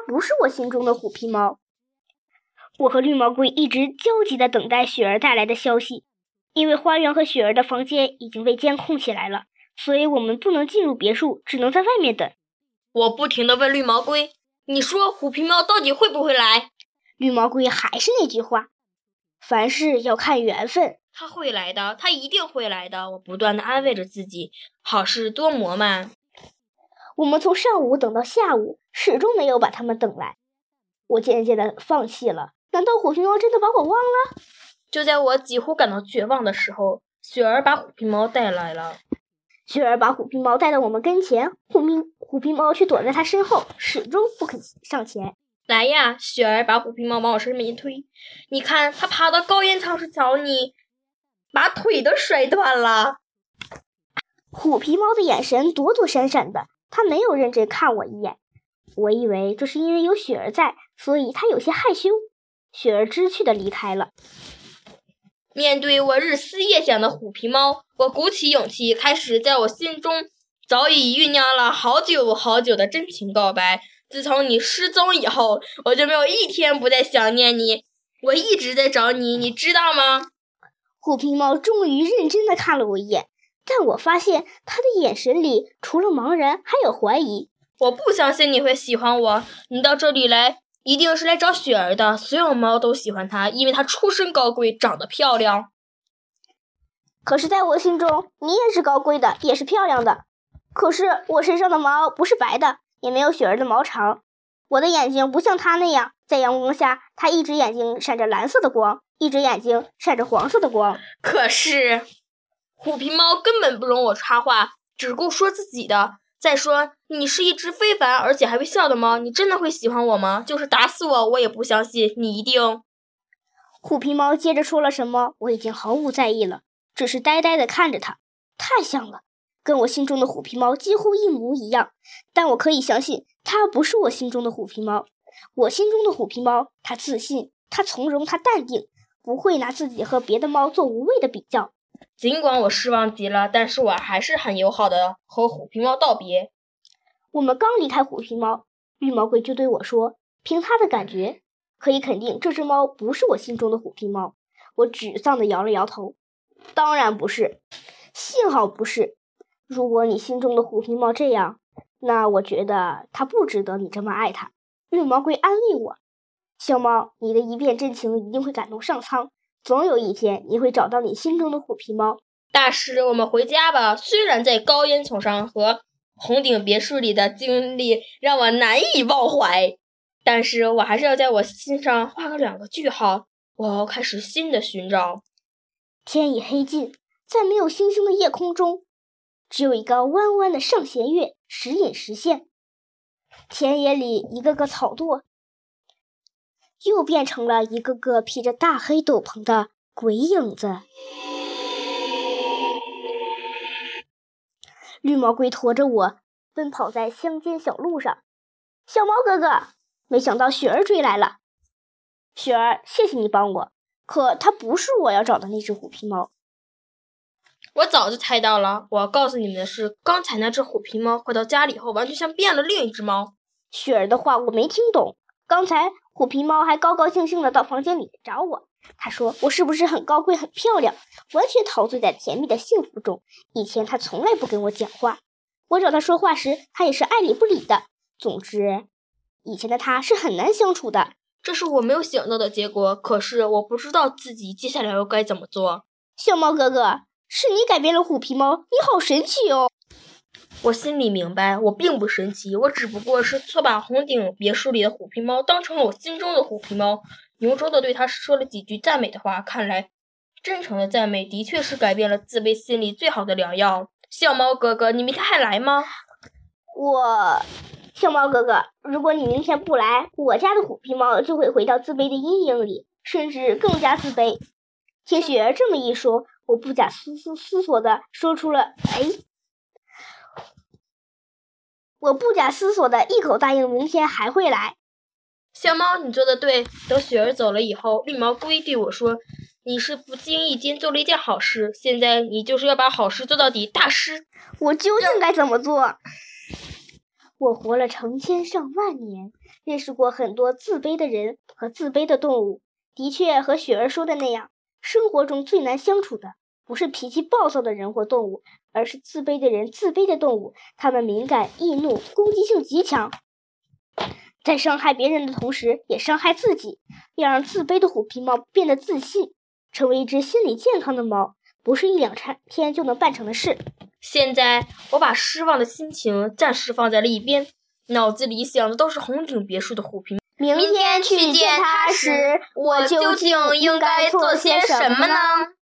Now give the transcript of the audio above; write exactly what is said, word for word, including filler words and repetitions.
不是我心中的虎皮猫。我和绿毛龟一直焦急地等待雪儿带来的消息，因为花园和雪儿的房间已经被监控起来了，所以我们不能进入别墅，只能在外面等。 我不停地问绿毛龟，你说虎皮猫到底会不会来？ 绿毛龟还是那句话，凡事要看缘分。 他会来的，他一定会来的。我不断地安慰着自己，好事多磨嘛。 我们从上午等到下午，始终没有把他们等来。我渐渐地放弃了。难道虎皮猫真的把我忘了？ 就在我几乎感到绝望的时候，雪儿把虎皮猫带来了。 雪儿把虎皮猫带到我们跟前，虎皮虎皮猫却躲在他身后，始终不肯上前。 来呀，雪儿把虎皮猫往我身边一推，你看，它爬到高烟囱去找你，把腿都摔断了。 虎皮猫的眼神躲躲闪闪的，它没有认真看我一眼。我以为这是因为有雪儿在，所以它有些害羞。雪儿知趣地离开了。 面对我日思夜想的虎皮猫，我鼓起勇气，开始在我心中早已酝酿了好久好久的真情告白。自从你失踪以后，我就没有一天不再想念你，我一直在找你，你知道吗？ 虎皮猫终于认真地看了我一眼，但我发现他的眼神里除了茫然还有怀疑。 我不相信你会喜欢我，你到这里来一定是来找雪儿的，所有猫都喜欢她，因为她出身高贵，长得漂亮。 可是在我心中，你也是高贵的，也是漂亮的。可是我身上的毛不是白的，也没有雪儿的毛长。我的眼睛不像她那样，在阳光下，她一只眼睛闪着蓝色的光，一只眼睛闪着黄色的光。 可是虎皮猫根本不容我插话，只顾说自己的。再说，你是一只非凡而且还会笑的猫，你真的会喜欢我吗？就是打死我，我也不相信你一定。 虎皮猫接着说了什么，我已经毫无在意了，只是呆呆地看着它。太像了，跟我心中的虎皮猫几乎一模一样。但我可以相信，它不是我心中的虎皮猫。我心中的虎皮猫，它自信，它从容，它淡定，不会拿自己和别的猫做无谓的比较。 尽管我失望极了，但是我还是很友好的和虎皮猫道别。 我们刚离开虎皮猫，绿毛龟就对我说，凭他的感觉，可以肯定这只猫不是我心中的虎皮猫。我沮丧地摇了摇头，当然不是，幸好不是。如果你心中的虎皮猫这样，那我觉得它不值得你这么爱它。绿毛龟安慰我，小猫，你的一片真情一定会感动上苍，总有一天你会找到你心中的虎皮猫。 大师，我们回家吧。虽然在高烟囱上和红顶别墅里的经历让我难以忘怀，但是我还是要在我心上画个两个句号。我要开始新的寻找。 天已黑尽，在没有星星的夜空中，只有一个弯弯的上弦月，时隐时现。田野里一个个草垛，又变成了一个个披着大黑斗篷的鬼影子。绿毛龟驮着我奔跑在乡间小路上。小猫哥哥，没想到雪儿追来了。雪儿，谢谢你帮我，可它不是我要找的那只虎皮猫。 我早就猜到了，我要告诉你们的是，刚才那只虎皮猫回到家里后，完全像变了另一只猫。 雪儿的话我没听懂，刚才虎皮猫还高高兴兴地到房间里找我，他说我是不是很高贵很漂亮，完全陶醉在甜蜜的幸福中。以前他从来不跟我讲话，我找他说话时他也是爱理不理的。总之，以前的他是很难相处的。 这是我没有想到的结果，可是我不知道自己接下来要该怎么做。 小猫哥哥，是你改变了虎皮猫，你好神奇哦。 我心里明白，我并不神奇，我只不过是错把红顶别墅里的虎皮猫当成了我心中的虎皮猫，由衷地对他说了几句赞美的话。看来真诚的赞美的确是改变了自卑心理最好的良药。小猫哥哥，你明天还来吗？ 我小猫哥哥，如果你明天不来，我家的虎皮猫就会回到自卑的阴影里，甚至更加自卑。听雪儿这么一说，我不假思思思索的说出了哎，我不假思索的一口答应明天还会来。 小猫，你做的对。等雪儿走了以后，绿毛龟对我说，你是不经意间做了一件好事，现在你就是要把好事做到底。大师， 我究竟该怎么做？ 我活了成千上万年，认识过很多自卑的人和自卑的动物。的确，和雪儿说的那样，生活中最难相处的不是脾气暴躁的人或动物，而是自卑的人、自卑的动物。他们敏感、易怒，攻击性极强，在伤害别人的同时，也伤害自己。要让自卑的虎皮猫变得自信，成为一只心理健康的猫，不是一两天就能办成的事。 现在我把失望的心情暂时放在了一边，脑子里想的都是红顶别墅的虎皮猫。 明天去见他时，我究竟应该做些什么呢？